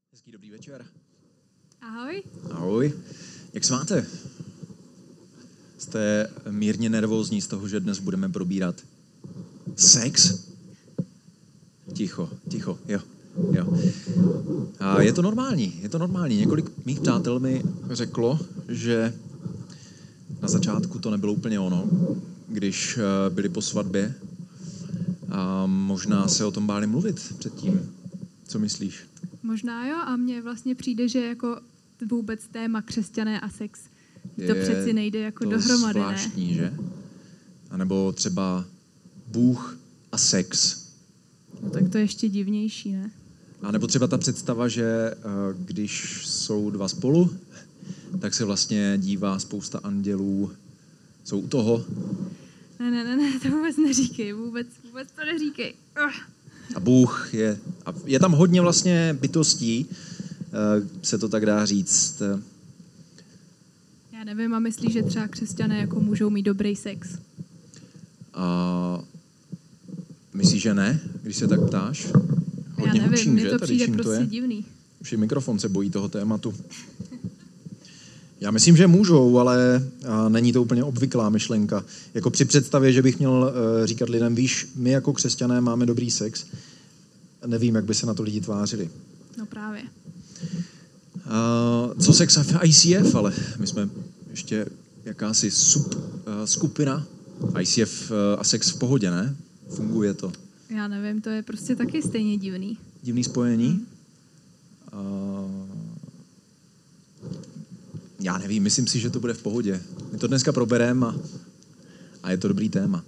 Hezký dobrý večer. Ahoj. Ahoj. Jak se máte? Jste mírně nervózní z toho, že dnes budeme probírat sex? Ticho, jo. A je to normální. Několik mých přátel mi řeklo, že na začátku to nebylo úplně ono, když byli po svatbě a možná se o tom báli mluvit předtím. Co myslíš? Možná jo, a mně vlastně přijde, že jako vůbec téma křesťané a sex, to přeci nejde jako dohromady, ne? To zvláštní, že? A nebo třeba Bůh a sex. No tak to je ještě divnější, ne? A nebo třeba ta představa, že když jsou dva spolu, tak se vlastně dívá spousta andělů. Jsou u toho? Ne, to vůbec neříkej, vůbec to neříkej. A Bůh je tam hodně vlastně bytostí, se to tak dá říct. Já nevím, a myslíš, že třeba křesťané jako můžou mít dobrý sex? A myslíš, že ne, když se tak ptáš? Hodně já nevím, hučím, mně že? to Tady, přijde to prostě je? divný. Už i mikrofon se bojí toho tématu. Já myslím, že můžou, ale není to úplně obvyklá myšlenka. Jako při představě, že bych měl říkat lidem, víš, my jako křesťané máme dobrý sex, nevím, jak by se na to lidi tvářili. No právě. Co sex a ICF, ale my jsme ještě jakási skupina. ICF a sex v pohodě, ne? Funguje to. Já nevím, to je prostě taky stejně divný. Divný spojení? Já nevím, myslím si, že to bude v pohodě. My to dneska probereme a je to dobrý téma.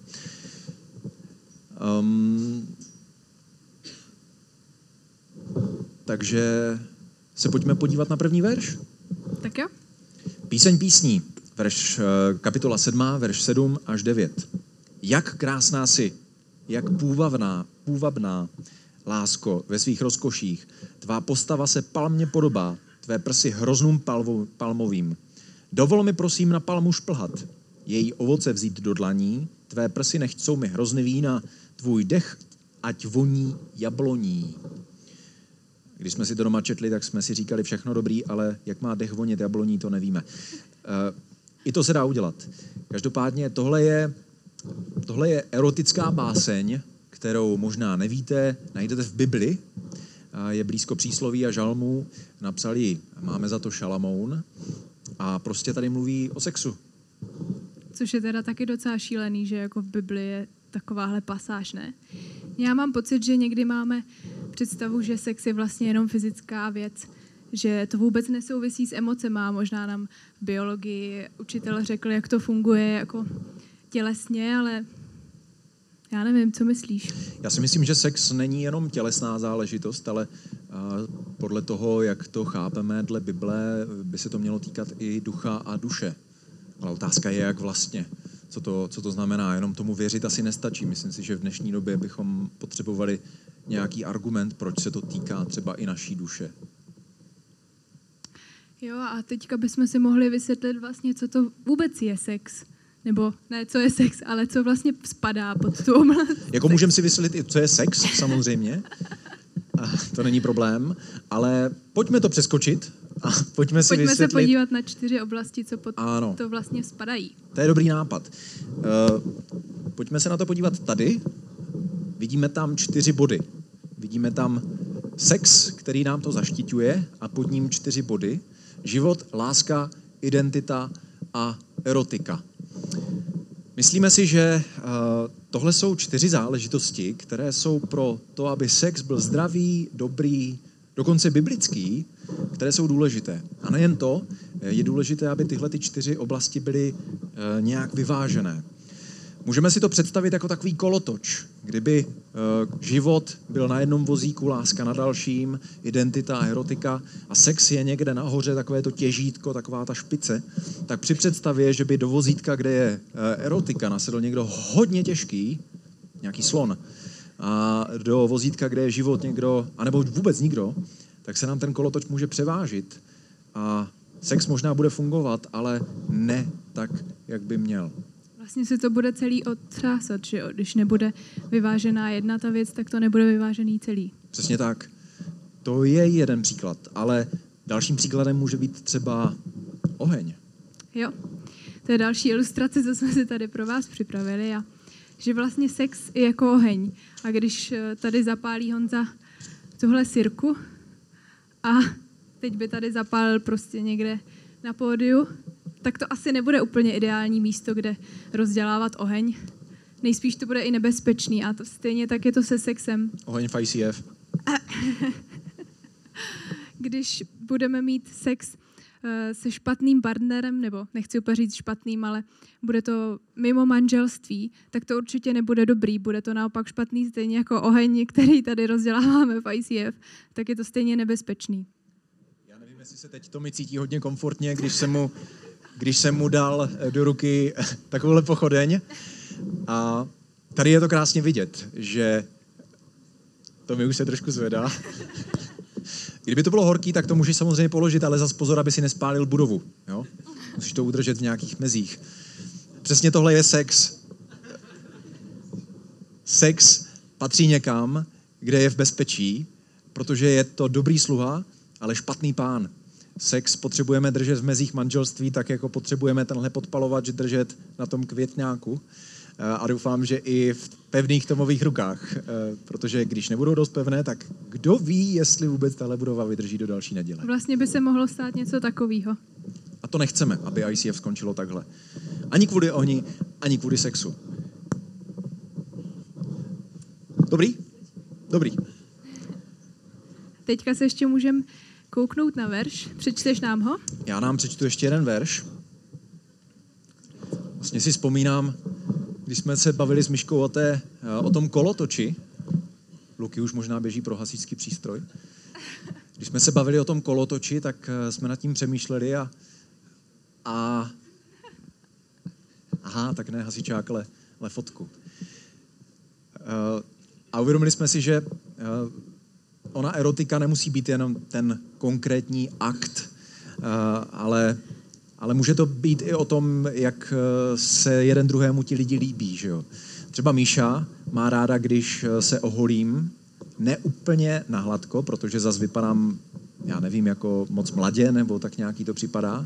Takže se pojďme podívat na první verš. Tak jo. Píseň písní, kapitola 7, verš 7 až 9. Jak krásná jsi, jak půvabná, lásko, ve svých rozkoších. Tvá postava se palmě podobá, tvé prsy hroznům palmovým. Dovol mi prosím na palmu šplhat, její ovoce vzít do dlaní, tvé prsy nechcou mi hrozny vína, tvůj dech ať voní jabloní. Když jsme si to doma četli, tak jsme si říkali všechno dobrý, ale jak má dech vonit jabloní, to nevíme. I to se dá udělat. Každopádně tohle je erotická báseň, kterou možná nevíte, najdete v Bibli, je blízko přísloví a žalmů, napsal ji, máme za to Šalamoun, a prostě tady mluví o sexu. Což je teda taky docela šílený, že jako v Bibli je takováhle pasáž, ne? Já mám pocit, že někdy máme představu, že sex je vlastně jenom fyzická věc, že to vůbec nesouvisí s emocema. Možná nám v biologii učitel řekl, jak to funguje jako tělesně, ale já nevím, co myslíš? Já si myslím, že sex není jenom tělesná záležitost, ale podle toho, jak to chápeme dle Bible, by se to mělo týkat i ducha a duše. Ale otázka je, jak vlastně. Co to znamená? Jenom tomu věřit asi nestačí. Myslím si, že v dnešní době bychom potřebovali nějaký argument, proč se to týká třeba i naší duše. Jo, a teďka bychom si mohli vysvětlit vlastně, co to vůbec je sex. Nebo ne, co je sex, ale co vlastně spadá pod tu oblast. Jako můžeme si vysvětlit i, co je sex, samozřejmě. To není problém, ale pojďme to přeskočit a pojďme si vysvětlit. Se podívat na 4 oblasti, co pod to vlastně spadají. To je dobrý nápad. Pojďme se na to podívat tady. Vidíme tam 4 body. Vidíme tam sex, který nám to zaštiťuje, a pod ním 4 body. Život, láska, identita a erotika. Myslíme si, že tohle jsou 4 záležitosti, které jsou pro to, aby sex byl zdravý, dobrý, dokonce biblický, které jsou důležité. A nejen to, je důležité, aby tyhle 4 oblasti byly nějak vyvážené. Můžeme si to představit jako takový kolotoč, kdyby život byl na jednom vozíku, láska na dalším, identita a erotika, a sex je někde nahoře, takové to těžítko, taková ta špice, tak při představě, že by do vozítka, kde je erotika, nasedl někdo hodně těžký, nějaký slon, a do vozítka, kde je život někdo, anebo vůbec nikdo, tak se nám ten kolotoč může převážit a sex možná bude fungovat, ale ne tak, jak by měl. Vlastně se to bude celý otřásat, že jo? Když nebude vyvážená jedna ta věc, tak to nebude vyvážený celý. Přesně tak. To je jeden příklad, ale dalším příkladem může být třeba oheň. Jo, to je další ilustrace, co jsme si tady pro vás připravili. A že vlastně sex je jako oheň. A když tady zapálí Honza tuhle sirku a teď by tady zapálil prostě někde na pódiu, tak to asi nebude úplně ideální místo, kde rozdělávat oheň. Nejspíš to bude i nebezpečný a to stejně tak je to se sexem. Oheň v ICF. Když budeme mít sex se špatným partnerem, nebo nechci úplně říct špatným, ale bude to mimo manželství, tak to určitě nebude dobrý. Bude to naopak špatný, stejně jako oheň, který tady rozděláváme v ICF, tak je to stejně nebezpečný. Já nevím, jestli se teď Tomi cítí hodně komfortně, když jsem mu dal do ruky takovouhle pochodeň. A tady je to krásně vidět, že Tomi už se trošku zvedá. Kdyby to bylo horký, tak to můžeš samozřejmě položit, ale zas pozor, aby si nespálil budovu. Jo? Musíš to udržet v nějakých mezích. Přesně tohle je sex. Sex patří někam, kde je v bezpečí, protože je to dobrý sluha, ale špatný pán. Sex potřebujeme držet v mezích manželství, tak jako potřebujeme tenhle podpalovač držet na tom květňáku. A doufám, že i v pevných Tomových rukách, protože když nebudou dost pevné, tak kdo ví, jestli vůbec tahle budova vydrží do další neděle. Vlastně by se mohlo stát něco takového. A to nechceme, aby ICF skončilo takhle. Ani kvůli ohni, ani kvůli sexu. Dobrý? Dobrý. Teďka se ještě můžeme kouknout na verš. Přečteš nám ho? Já nám přečtu ještě jeden verš. Vlastně si vzpomínám, když jsme se bavili s Myškou o tom kolotoči, Luky už možná běží pro hasičský přístroj. Když jsme se bavili o tom kolotoči, tak jsme nad tím přemýšleli a aha, tak ne hasičák, ale fotku. A uvědomili jsme si, že ona erotika nemusí být jenom ten konkrétní akt, ale může to být i o tom, jak se jeden druhému ti lidi líbí. Že jo? Třeba Míša má ráda, když se oholím, ne úplně nahladko, protože zas vypadám, já nevím, jako moc mladě, nebo tak nějaký to připadá.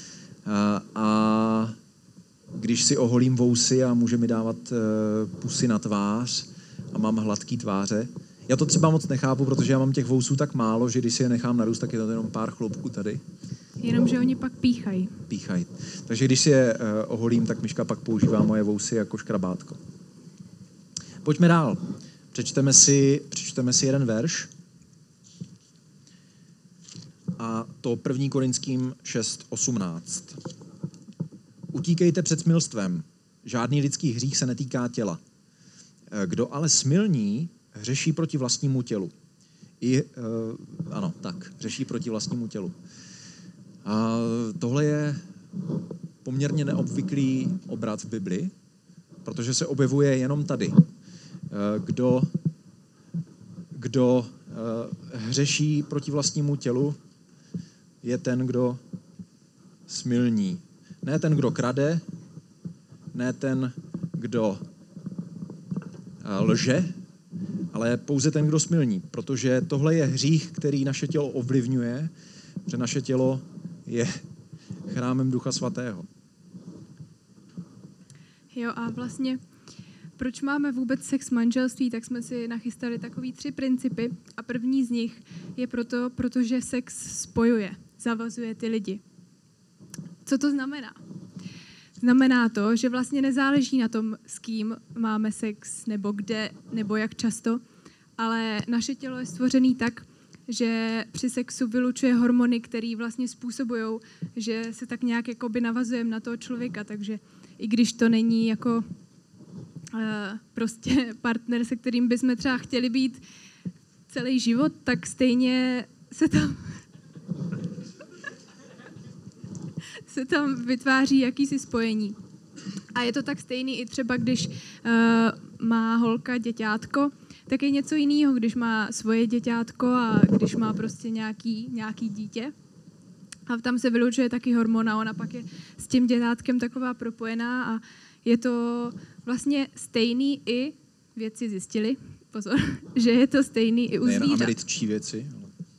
A když si oholím vousy a může mi dávat pusy na tvář a mám hladký tváře. Já to třeba moc nechápu, protože já mám těch vousů tak málo, že když si je nechám narůst, tak je to jenom pár chloupků tady. Jenomže oni pak píchají. Píchají. Takže když si je oholím, tak Myška pak používá moje vousy jako škrabátko. Pojďme dál. Přečteme si jeden verš. A to 1. Korinským 6:18. Utíkejte před smilstvem. Žádný lidský hřích se netýká těla. Kdo ale smilní, hřeší proti vlastnímu tělu. Hřeší proti vlastnímu tělu. A tohle je poměrně neobvyklý obrat v Bibli, protože se objevuje jenom tady. Kdo hřeší proti vlastnímu tělu, je ten, kdo smilní. Ne ten, kdo krade, ne ten, kdo lže, ale pouze ten, kdo smilní. Protože tohle je hřích, který naše tělo ovlivňuje, že naše tělo je chrámem Ducha Svatého. Jo, a vlastně proč máme vůbec sex v manželství, tak jsme si nachystali takový 3 principy a první z nich je protože sex spojuje, zavazuje ty lidi. Co to znamená? Znamená to, že vlastně nezáleží na tom, s kým máme sex, nebo kde, nebo jak často, ale naše tělo je stvořené tak, že při sexu vylučuje hormony, které vlastně způsobují, že se tak nějak jakoby navazujeme na toho člověka, takže i když to není jako prostě partner, se kterým bychom třeba chtěli být celý život, tak stejně se tam vytváří jakýsi spojení. A je to tak stejný i třeba, když má holka děťátko, tak je něco jiného, když má svoje děťátko a když má prostě nějaký dítě. A tam se vylučuje taky hormon a ona pak je s tím děťátkem taková propojená a je to vlastně stejný i, vědci zjistili, pozor, že je to stejný i u zvířat. Nejen američtí věci.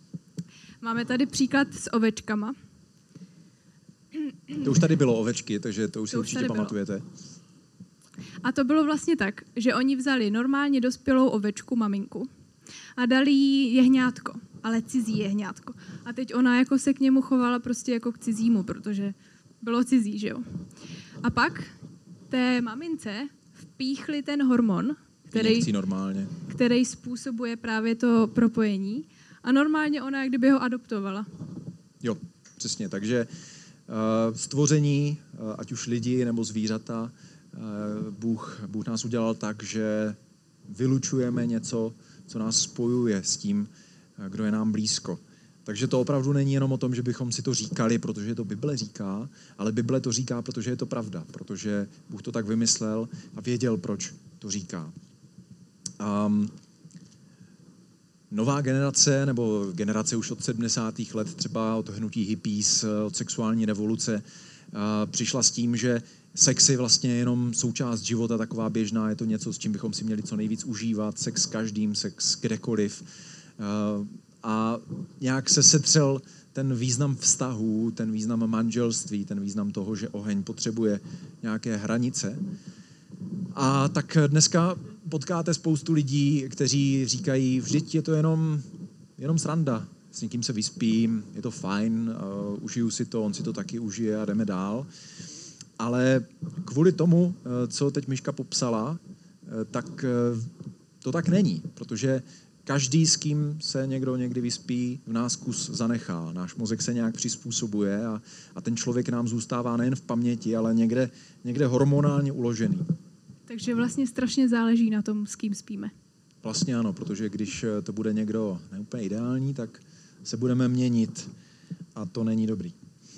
Máme tady příklad s ovečkama. To už tady bylo ovečky, takže to už si určitě pamatujete. Bylo. A to bylo vlastně tak, že oni vzali normálně dospělou ovečku, maminku, a dali jí jehňátko, ale cizí jehňátko. A teď ona jako se k němu chovala prostě jako k cizímu, protože bylo cizí, že jo. A pak té mamince vpíchli ten hormon, který způsobuje právě to propojení, a normálně ona jak kdyby ho adoptovala. Jo, přesně. Takže stvoření, ať už lidi nebo zvířata, Bůh nás udělal tak, že vylučujeme něco, co nás spojuje s tím, kdo je nám blízko. Takže to opravdu není jenom o tom, že bychom si to říkali, protože to Bible říká, ale Bible to říká, protože je to pravda, protože Bůh to tak vymyslel a věděl, proč to říká. Nová generace, nebo generace už od 70. let, třeba od hnutí hippies, od sexuální revoluce, přišla s tím, že sex je vlastně jenom součást života, taková běžná, je to něco, s čím bychom si měli co nejvíc užívat, sex s každým, sex kdekoliv. A nějak se setřel ten význam vztahů, ten význam manželství, ten význam toho, že oheň potřebuje nějaké hranice. A tak dneska potkáte spoustu lidí, kteří říkají, vždyť je to jenom sranda, s někým se vyspím, je to fajn, užiju si to, on si to taky užije a jdeme dál. Ale kvůli tomu, co teď Miška popsala, tak to tak není, protože každý, s kým se někdo někdy vyspí, v nás kus zanechá. Náš mozek se nějak přizpůsobuje a ten člověk nám zůstává nejen v paměti, ale někde hormonálně uložený. Takže vlastně strašně záleží na tom, s kým spíme. Vlastně ano, protože když to bude někdo neúplně ideální, tak se budeme měnit a to není dobrý.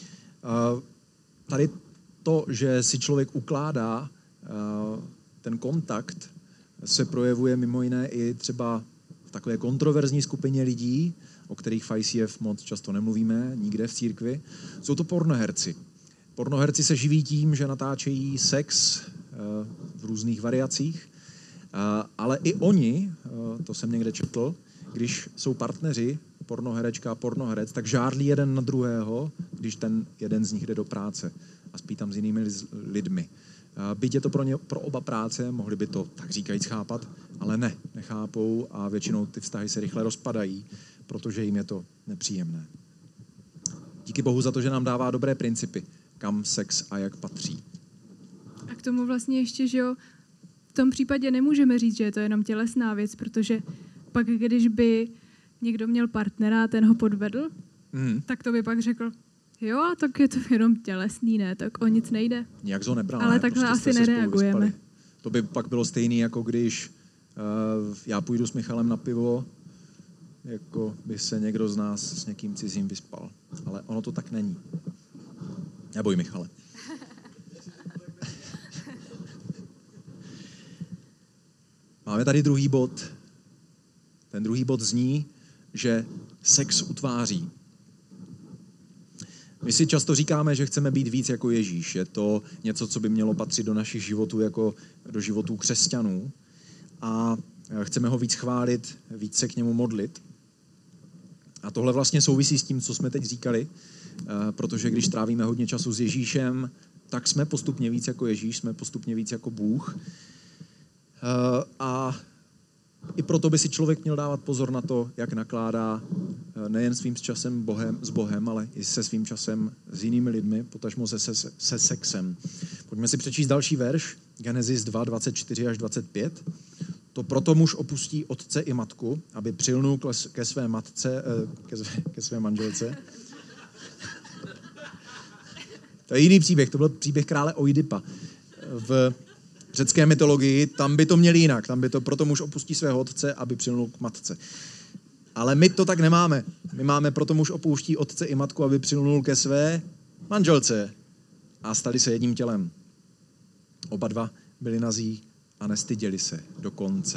Tady to, že si člověk ukládá ten kontakt, se projevuje mimo jiné i třeba v takové kontroverzní skupině lidí, o kterých v ICF moc často nemluvíme, nikde v církvi. Jsou to pornoherci. Pornoherci se živí tím, že natáčejí sex v různých variacích, ale i oni, to jsem někde četl, když jsou partneři, pornoherečka a pornoherec, tak žárlí jeden na druhého, když ten jeden z nich jde do práce a spí tam s jinými lidmi. Byť je to pro oba práce, mohli by to tak říkajíc chápat, ale nechápou a většinou ty vztahy se rychle rozpadají, protože jim je to nepříjemné. Díky Bohu za to, že nám dává dobré principy, kam sex a jak patří. A k tomu vlastně ještě, že jo, v tom případě nemůžeme říct, že je to jenom tělesná věc, protože pak, když by někdo měl partnera a ten ho podvedl, tak to by pak řekl, jo, a tak je to jenom tělesný, ne, tak o nic nejde. Nijak to nebral, ale takhle prostě asi nereagujeme. To by pak bylo stejný, jako když já půjdu s Michalem na pivo, jako by se někdo z nás s někým cizím vyspal. Ale ono to tak není. Neboj, Michale. Máme tady druhý bod. Ten druhý bod zní, že sex utváří. My si často říkáme, že chceme být víc jako Ježíš. Je to něco, co by mělo patřit do našich životů jako do životů křesťanů. A chceme ho víc chválit, víc se k němu modlit. A tohle vlastně souvisí s tím, co jsme teď říkali, protože když trávíme hodně času s Ježíšem, tak jsme postupně víc jako Ježíš, jsme postupně víc jako Bůh. A i proto by si člověk měl dávat pozor na to, jak nakládá nejen svým časem s Bohem, ale i se svým časem s jinými lidmi, potažmo se sexem. Pojďme si přečíst další verš, Genesis 2, 24 až 25. To proto muž opustí otce i matku, aby přilnul ke své matce, ke své manželce. To je jiný příběh, to byl příběh krále Oidipa. V řecké mytologii, tam by to měli jinak, tam by to proto muž opustí svého otce, aby přilnul k matce. Ale my to tak nemáme. My máme proto muž opouští otce i matku, aby přilnul ke své manželce a stali se jedním tělem. Oba dva byli nazí a nestyděli se do konce.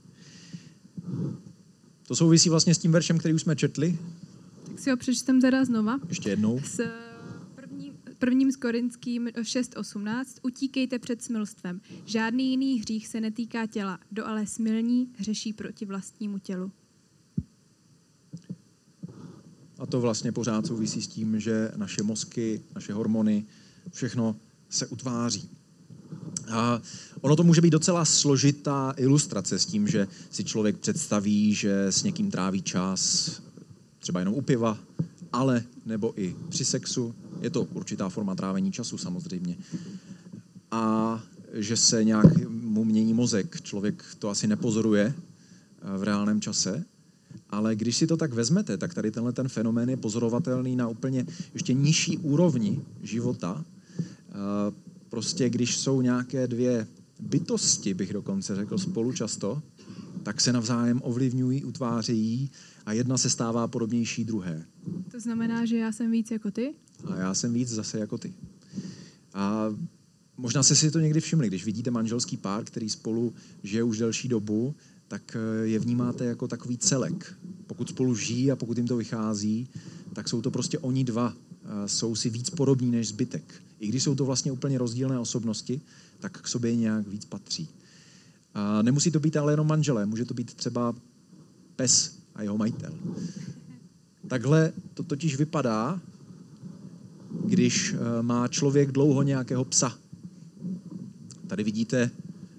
To souvisí vlastně s tím veršem, který už jsme četli. Tak si ho přečtem teda znova. Ještě jednou. S prvním z Korinským 6.18. Utíkejte před smilstvem. Žádný jiný hřích se netýká těla. Kdo ale smilní, hřeší proti vlastnímu tělu. A to vlastně pořád souvisí s tím, že naše mozky, naše hormony, všechno se utváří. A ono to může být docela složitá ilustrace s tím, že si člověk představí, že s někým tráví čas, třeba jenom u piva, ale nebo i při sexu. Je to určitá forma trávení času samozřejmě. A že se nějak mu mění mozek. Člověk to asi nepozoruje v reálném čase, ale když si to tak vezmete, tak tady tenhle ten fenomén je pozorovatelný na úplně ještě nižší úrovni života. Prostě když jsou nějaké dvě bytosti, bych dokonce řekl, spolu často, tak se navzájem ovlivňují, utvářejí a jedna se stává podobnější druhé. To znamená, že já jsem víc jako ty? A já jsem víc zase jako ty. A možná jste si to někdy všimli, když vidíte manželský pár, který spolu žije už delší dobu, tak je vnímáte jako takový celek. Pokud spolu žijí a pokud jim to vychází, tak jsou to prostě oni dva. Jsou si víc podobní než zbytek. I když jsou to vlastně úplně rozdílné osobnosti, tak k sobě nějak víc patří. A nemusí to být ale jenom manželé, může to být třeba pes a jeho majitel. Takhle to totiž vypadá, když má člověk dlouho nějakého psa. Tady vidíte,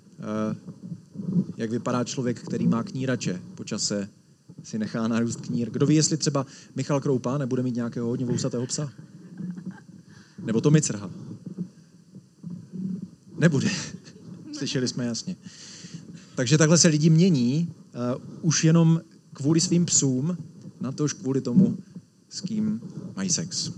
jak vypadá člověk, který má knírače. Po čase si nechá narůst knír. Kdo ví, jestli třeba Michal Kroupa nebude mít nějakého hodně vousatého psa? Nebo Tommy Crha? Nebude. Slyšeli jsme jasně. Takže takhle se lidi mění už jenom kvůli svým psům, natož kvůli tomu, s kým mají sex.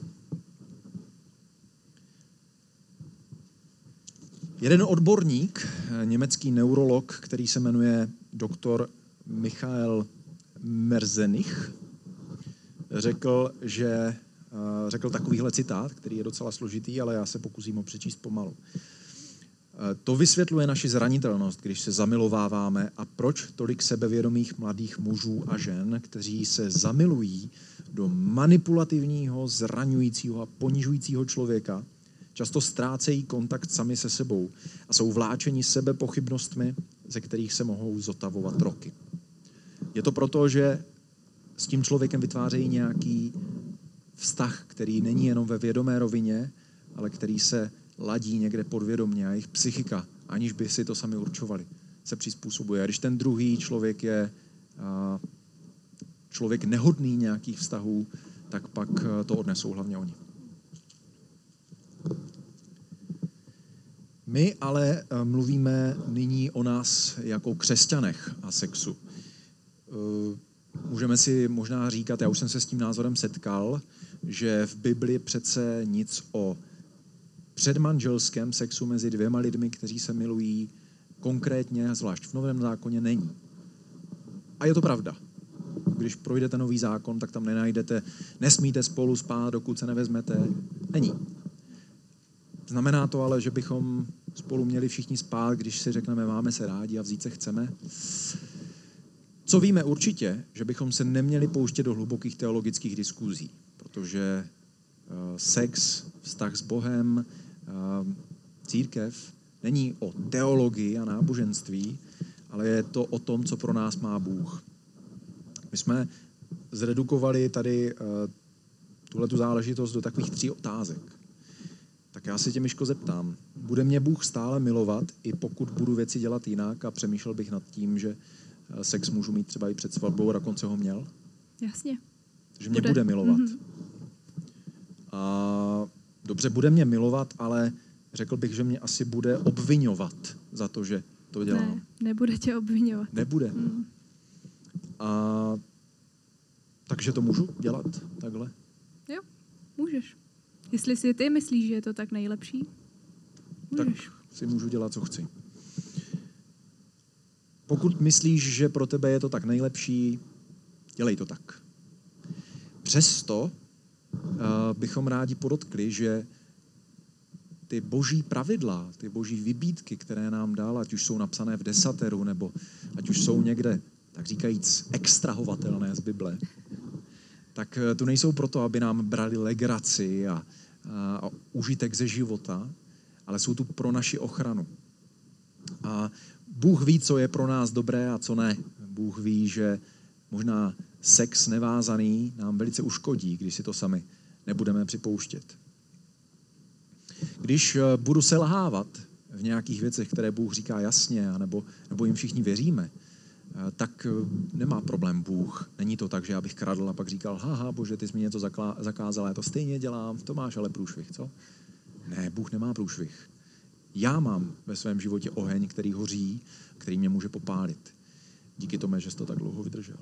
Jeden odborník, německý neurolog, který se jmenuje doktor Michael Merzenich, řekl takovýhle citát, který je docela složitý, ale já se pokusím ho přečíst pomalu. To vysvětluje naši zranitelnost, když se zamilováváme a proč tolik sebevědomých mladých mužů a žen, kteří se zamilují do manipulativního, zraňujícího a ponižujícího člověka, často ztrácejí kontakt sami se sebou a jsou vláčeni sebepochybnostmi, ze kterých se mohou zotavovat roky. Je to proto, že s tím člověkem vytvářejí nějaký vztah, který není jenom ve vědomé rovině, ale který se ladí někde podvědomně a jejich psychika, aniž by si to sami určovali, se přizpůsobuje. A když ten druhý člověk je člověk nehodný nějakých vztahů, tak pak to odnesou hlavně oni. My ale mluvíme nyní o nás jako křesťanech a sexu. Můžeme si možná říkat, já už jsem se s tím názorem setkal, že v Bibli přece nic o předmanželském sexu mezi dvěma lidmi, kteří se milují, konkrétně, zvlášť v Novém zákoně, není. A je to pravda. Když projdete Nový zákon, tak tam nenajdete, nesmíte spolu spát, dokud se nevezmete. Není. Znamená to ale, že bychom spolu měli všichni spát, když si řekneme, máme se rádi a vzít se chceme? Co víme určitě, že bychom se neměli pouštět do hlubokých teologických diskuzí, protože sex, vztah s Bohem, církev není o teologii a náboženství, ale je to o tom, co pro nás má Bůh. My jsme zredukovali tady tuhletu záležitost do takových 3 otázek. Tak já se tě, Miško, zeptám. Bude mě Bůh stále milovat, i pokud budu věci dělat jinak a přemýšlel bych nad tím, že sex můžu mít třeba i před svatbou a dokonce ho měl? Jasně. Že mě bude milovat. Mm-hmm. A dobře, bude mě milovat, ale řekl bych, že mě asi bude obviňovat za to, že to dělám. Ne, nebude tě obviňovat. Nebude. A takže to můžu dělat takhle? Jo, můžeš. Jestli si ty myslíš, že je to tak nejlepší, můžeš. Tak si můžu dělat, co chci. Pokud myslíš, že pro tebe je to tak nejlepší, dělej to tak. Přesto bychom rádi podotkli, že ty boží pravidla, ty boží vybídky, které nám dal, ať už jsou napsané v desateru, nebo ať už jsou někde, tak říkajíc, extrahovatelné z Bible, tak tu nejsou proto, aby nám brali legraci a užitek ze života, ale jsou tu pro naši ochranu. A Bůh ví, co je pro nás dobré a co ne. Bůh ví, že možná sex nevázaný nám velice uškodí, když si to sami nebudeme připouštět. Když budu selhávat v nějakých věcech, které Bůh říká jasně, nebo jim všichni věříme, tak nemá problém Bůh. Není to tak, že já bych kradl a pak říkal, haha, Bože, ty jsi mi něco zakázal, já to stejně dělám, to máš ale průšvih, co? Ne, Bůh nemá průšvih. Já mám ve svém životě oheň, který hoří, který mě může popálit. Díky tomu, že jsi to tak dlouho vydržel.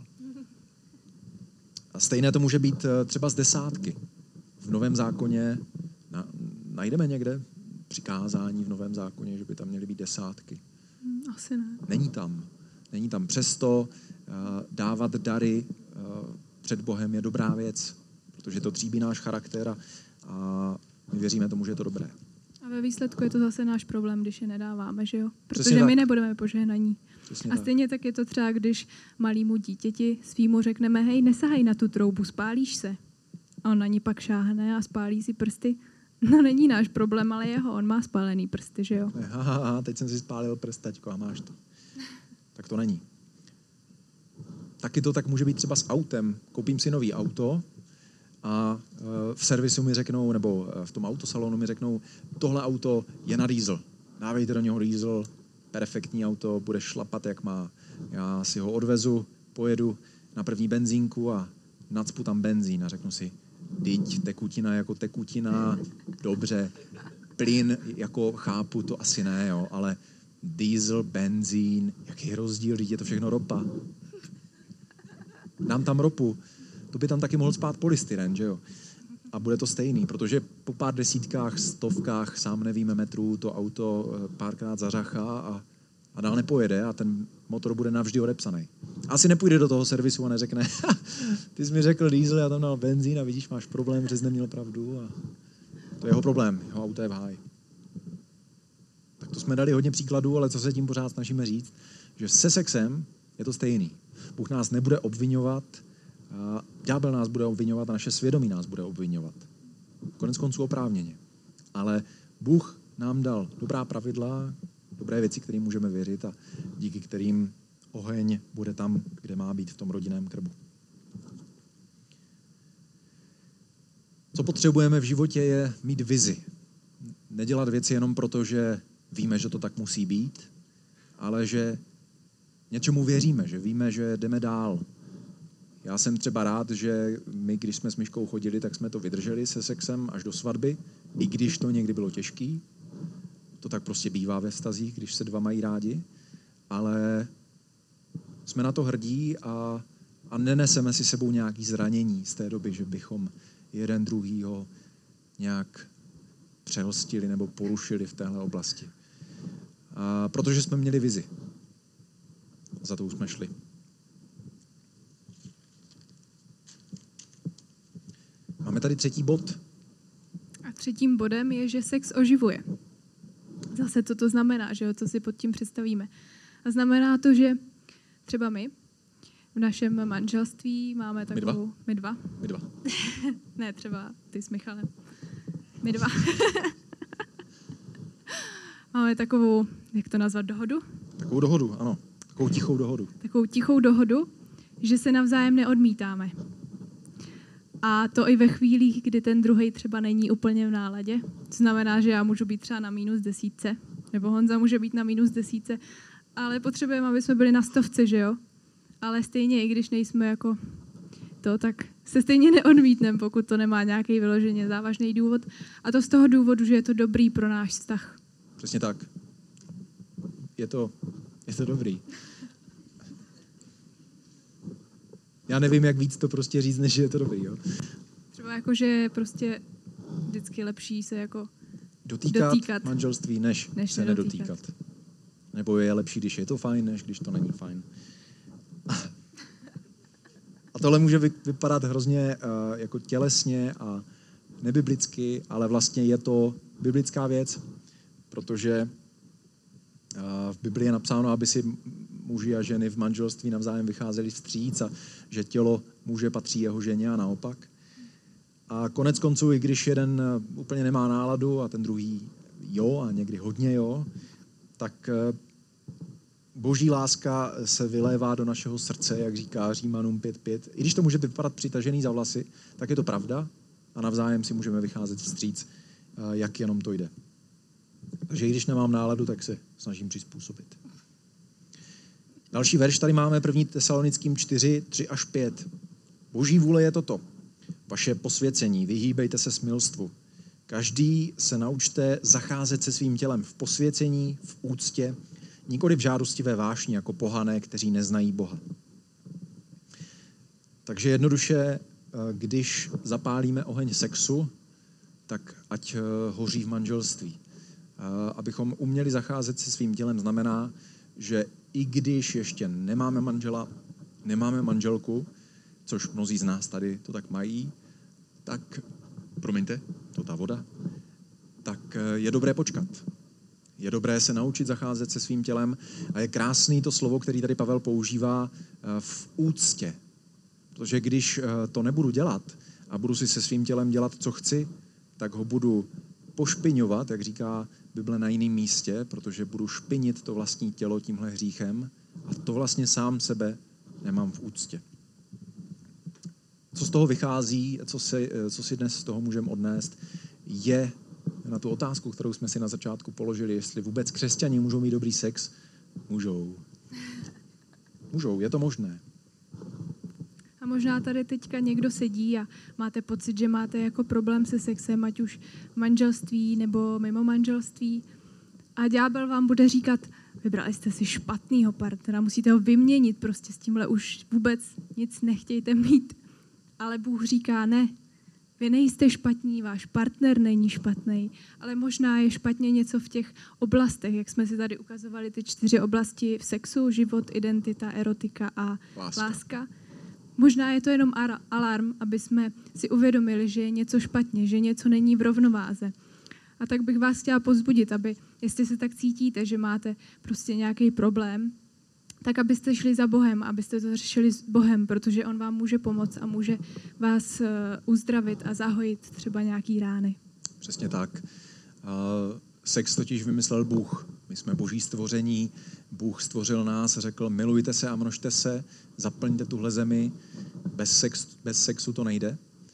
A stejné to může být třeba z desátky. V Novém zákoně najdeme někde přikázání v Novém zákoně, že by tam měly být desátky. Asi ne. Není tam. Přesto dávat dary před Bohem je dobrá věc, protože to tříbí náš charakter a my věříme tomu, že je to dobré. A ve výsledku je to zase náš problém, když je nedáváme, že jo? Protože my nebudeme požehnaní. A stejně tak je to třeba, když malýmu dítěti svýmu řekneme, hej, nesahaj na tu troubu, spálíš se. A on na ní pak šáhne a spálí si prsty. No není náš problém, ale jeho. On má spálený prsty, že jo? Teď jsem si spálil prst, taťko, a máš to. Tak to není. Taky to tak může být třeba s autem. Koupím si nový auto a v servisu mi řeknou, nebo v tom autosalonu mi řeknou, tohle auto je na diesel. Dávejte do něho diesel, perfektní auto, bude šlapat, jak má. Já si ho odvezu, pojedu na první benzínku a nacpu tam benzín a řeknu si, dyť tekutina jako tekutina, dobře, plyn, jako chápu, to asi ne, jo, ale diesel, benzín, jaký rozdíl, dyť je to všechno ropa. Dám tam ropu, to by tam taky mohl spát polystyren, že jo? A bude to stejný, protože po pár desítkách, stovkách, sám nevíme metrů, to auto párkrát zařachá a dál nepojede a ten motor bude navždy odepsaný. Asi nepůjde do toho servisu a neřekne, ty jsi mi řekl diesel, já tam dal benzín a vidíš, máš problém, že jsi neměl pravdu. A to je jeho problém, jeho auto je v háji. Tak to jsme dali hodně příkladů, ale co se tím pořád snažíme říct, že se sexem je to stejný. Bůh nás nebude obvinovat, ďábel nás bude obvinovat a naše svědomí nás bude obvinovat. Konec konců oprávněně. Ale Bůh nám dal dobrá pravidla, dobré věci, kterým můžeme věřit a díky kterým oheň bude tam, kde má být, v tom rodinném krbu. Co potřebujeme v životě je mít vizi. Nedělat věci jenom proto, že víme, že to tak musí být, ale že něčemu věříme, že víme, že jdeme dál. Já jsem třeba rád, že my, když jsme s Myškou chodili, tak jsme to vydrželi se sexem až do svatby, i když to někdy bylo těžký. To tak prostě bývá ve vztazích, když se dva mají rádi, ale jsme na to hrdí a neneseme si sebou nějaký zranění z té doby, že bychom jeden druhýho nějak přehostili nebo porušili v téhle oblasti. A protože jsme měli vizi. Za to jsme šli. Máme tady třetí bod. A třetím bodem je, že sex oživuje. Zase co to znamená, že jo, co si pod tím představíme. A znamená to, že třeba my v našem manželství máme takovou... My dva. Ne, třeba ty s Michalem. My dva. Máme takovou, jak to nazvat, dohodu? Takovou dohodu, ano. Takovou tichou dohodu. Takovou tichou dohodu, že se navzájem neodmítáme. A to i ve chvílích, kdy ten druhej třeba není úplně v náladě. To znamená, že já můžu být třeba na -10, nebo Honza může být na -10, ale potřebujeme, aby jsme byli na 100, že jo? Ale stejně, i když nejsme jako to, tak se stejně neodmítneme, pokud to nemá nějaký vyloženě závažný důvod. A to z toho důvodu, že je to dobrý pro náš vztah. Přesně tak. Je to dobrý. Já nevím, jak víc to prostě říct, než je to dobrý, jo. Třeba jako, že je prostě vždycky lepší se jako dotýkat manželství, než se nedotýkat. Nebo je lepší, když je to fajn, než když to není fajn. A tohle může vypadat hrozně jako tělesně a nebiblicky, ale vlastně je to biblická věc, protože v Biblii je napsáno, aby si muži a ženy v manželství navzájem vycházeli vstříc a že tělo muže patří jeho ženě a naopak. A konec konců, i když jeden úplně nemá náladu a ten druhý jo a někdy hodně jo, tak Boží láska se vylévá do našeho srdce, jak říká Římanům 5.5. I když to může vypadat přitažený za vlasy, tak je to pravda a navzájem si můžeme vycházet vstříc, jak jenom to jde. Takže i když nemám náladu, tak se snažím přizpůsobit. Další verš tady máme 1. Tesalonickým 4, 3 až 5. Boží vůle je toto. Vaše posvěcení, vyhýbejte se smilstvu. Každý se naučte zacházet se svým tělem v posvěcení, v úctě, nikoli v žádostivé vášni jako pohané, kteří neznají Boha. Takže jednoduše, když zapálíme oheň sexu, tak ať hoří v manželství. Abychom uměli zacházet se svým tělem, znamená, že i když ještě nemáme manžela, nemáme manželku, což mnozí z nás tady to tak mají, tak, promiňte, to ta voda, tak je dobré počkat. Je dobré se naučit zacházet se svým tělem a je krásný to slovo, který tady Pavel používá v úctě. Protože když to nebudu dělat a budu si se svým tělem dělat, co chci, tak ho budu pošpiňovat, jak říká Bible na jiném místě, protože budu špinit to vlastní tělo tímhle hříchem a to vlastně sám sebe nemám v úctě. Co z toho vychází, co si dnes z toho můžeme odnést, je na tu otázku, kterou jsme si na začátku položili, jestli vůbec křesťani můžou mít dobrý sex. Můžou. Můžou, je to možné. A možná tady teďka někdo sedí a máte pocit, že máte jako problém se sexem, ať už v manželství nebo mimo manželství. A ďábel vám bude říkat, vybrali jste si špatnýho partnera, musíte ho vyměnit, prostě s tímhle už vůbec nic nechtějte mít. Ale Bůh říká, ne, vy nejste špatní, váš partner není špatný, ale možná je špatně něco v těch oblastech, jak jsme si tady ukazovali, ty 4 oblasti v sexu, život, identita, erotika a láska. Možná je to jenom alarm, aby jsme si uvědomili, že je něco špatně, že něco není v rovnováze. A tak bych vás chtěla povzbudit, aby, jestli se tak cítíte, že máte prostě nějaký problém, tak abyste šli za Bohem, abyste to řešili s Bohem, protože on vám může pomoct a může vás uzdravit a zahojit třeba nějaký rány. Přesně tak. Sex totiž vymyslel Bůh. My jsme boží stvoření, Bůh stvořil nás a řekl, milujte se a množte se, zaplňte tuhle zemi, bez sexu to nejde.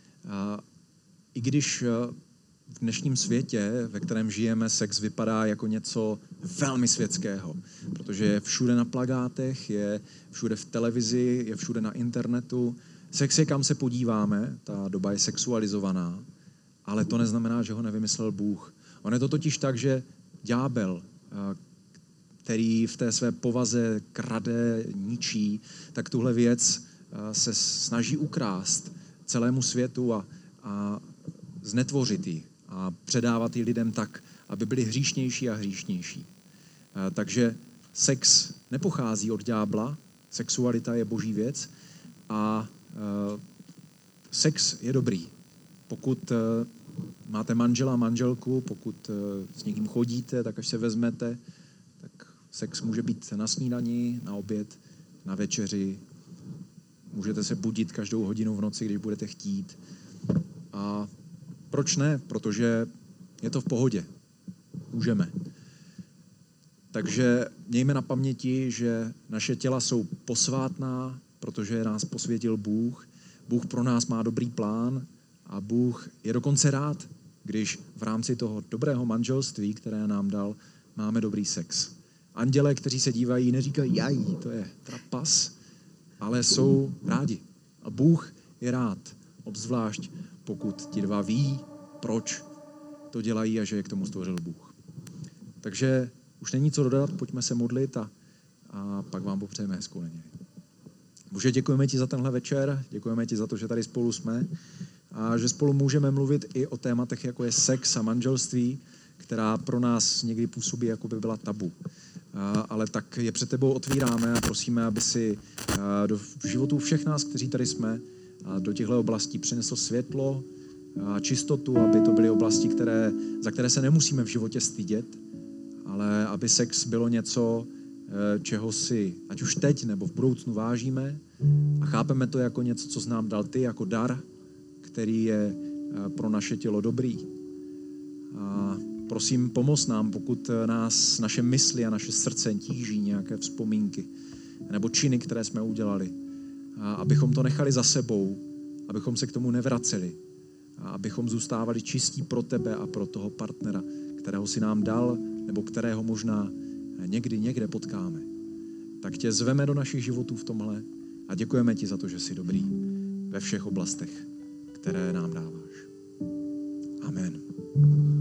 I když v dnešním světě, ve kterém žijeme, sex vypadá jako něco velmi světského, protože je všude na plakátech, je všude v televizi, je všude na internetu. Sex je, kam se podíváme, ta doba je sexualizovaná, ale to neznamená, že ho nevymyslel Bůh. On je to totiž tak, že ďábel, který v té své povaze krade, ničí, tak tuhle věc se snaží ukrást celému světu a znetvořit ji a předávat ji lidem tak, aby byli hříšnější a hříšnější. Takže sex nepochází od ďábla, sexualita je boží věc a sex je dobrý. Pokud máte manžela, manželku, pokud s někým chodíte, tak až se vezmete, tak sex může být na snídani, na oběd, na večeři. Můžete se budit každou hodinu v noci, když budete chtít. A proč ne? Protože je to v pohodě. Můžeme. Takže mějme na paměti, že naše těla jsou posvátná, protože nás posvětil Bůh. Bůh pro nás má dobrý plán a Bůh je dokonce rád, když v rámci toho dobrého manželství, které nám dal, máme dobrý sex. Andělé, kteří se dívají, neříkají, jaj, to je trapas, ale jsou rádi. A Bůh je rád, obzvlášť pokud ti dva ví, proč to dělají a že je k tomu stvořil Bůh. Takže už není co dodat, pojďme se modlit a pak vám popřejeme hezkou neděli. Bože, děkujeme ti za tenhle večer, děkujeme ti za to, že tady spolu jsme a že spolu můžeme mluvit i o tématech, jako je sex a manželství, která pro nás někdy působí, jako by byla tabu. Ale tak je před tebou otvíráme a prosíme, aby si do životů všech nás, kteří tady jsme, do těchto oblastí přinesl světlo a čistotu, aby to byly oblasti, za které se nemusíme v životě stydět, ale aby sex bylo něco, čeho si ať už teď nebo v budoucnu vážíme a chápeme to jako něco, co jsi nám dal ty, jako dar, který je pro naše tělo dobrý. A Prosím, pomoz nám, pokud nás naše mysli a naše srdce tíží nějaké vzpomínky nebo činy, které jsme udělali. A abychom to nechali za sebou, abychom se k tomu nevraceli a abychom zůstávali čistí pro tebe a pro toho partnera, kterého si nám dal nebo kterého možná někde potkáme. Tak tě zveme do našich životů v tomhle a děkujeme ti za to, že jsi dobrý ve všech oblastech, které nám dáváš. Amen.